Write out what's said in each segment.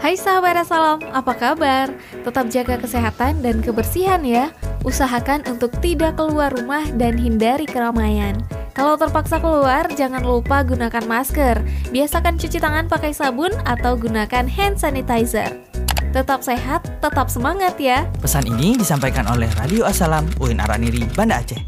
Hai sahabat Salam, apa kabar? Tetap jaga kesehatan dan kebersihan ya. Usahakan untuk tidak keluar rumah dan hindari keramaian. Kalau terpaksa keluar, jangan lupa gunakan masker. Biasakan cuci tangan pakai sabun atau gunakan hand sanitizer. Tetap sehat, tetap semangat ya. Pesan ini disampaikan oleh Radio Assalam UIN Araniri, Banda Aceh.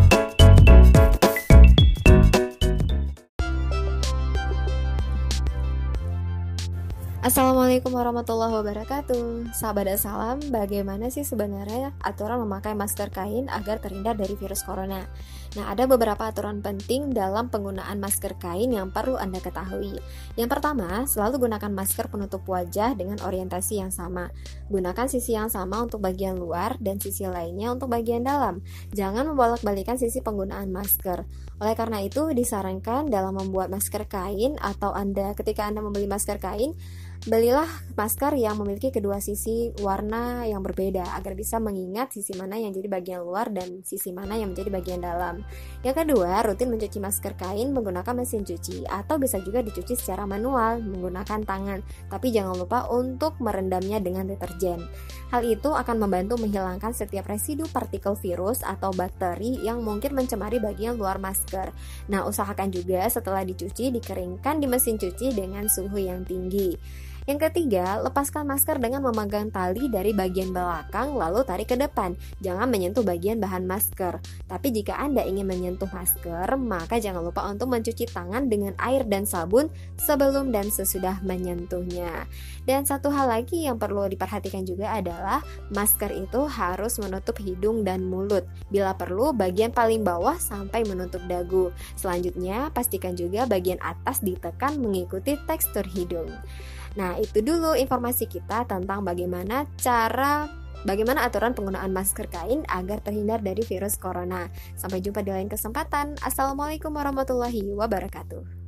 Assalamualaikum warahmatullahi wabarakatuh. Sahabat Assalam, bagaimana sih sebenarnya aturan memakai masker kain agar terhindar dari virus corona? Nah, ada beberapa aturan penting dalam penggunaan masker kain yang perlu Anda ketahui. Yang pertama, selalu gunakan masker penutup wajah dengan orientasi yang sama. Gunakan sisi yang sama untuk bagian luar dan sisi lainnya untuk bagian dalam. Jangan membolak-balikan sisi penggunaan masker. Oleh karena itu, disarankan dalam membuat masker kain atau ketika Anda membeli masker kain, belilah masker yang memiliki kedua sisi warna yang berbeda agar bisa mengingat sisi mana yang jadi bagian luar dan sisi mana yang menjadi bagian dalam. Yang kedua, rutin mencuci masker kain menggunakan mesin cuci atau bisa juga dicuci secara manual menggunakan tangan, tapi jangan lupa untuk merendamnya dengan deterjen. Hal itu akan membantu menghilangkan setiap residu partikel virus atau bakteri yang mungkin mencemari bagian luar masker. Nah, usahakan juga setelah dicuci dikeringkan di mesin cuci dengan suhu yang tinggi. Yang ketiga, lepaskan masker dengan memegang tali dari bagian belakang lalu tarik ke depan. Jangan menyentuh bagian bahan masker. Tapi jika Anda ingin menyentuh masker, maka jangan lupa untuk mencuci tangan dengan air dan sabun sebelum dan sesudah menyentuhnya. Dan satu hal lagi yang perlu diperhatikan juga adalah masker itu harus menutup hidung dan mulut. Bila perlu, bagian paling bawah sampai menutup dagu. Selanjutnya, pastikan juga bagian atas ditekan mengikuti tekstur hidung. Nah, itu dulu informasi kita tentang bagaimana aturan penggunaan masker kain agar terhindar dari virus corona. Sampai jumpa di lain kesempatan. Assalamualaikum warahmatullahi wabarakatuh.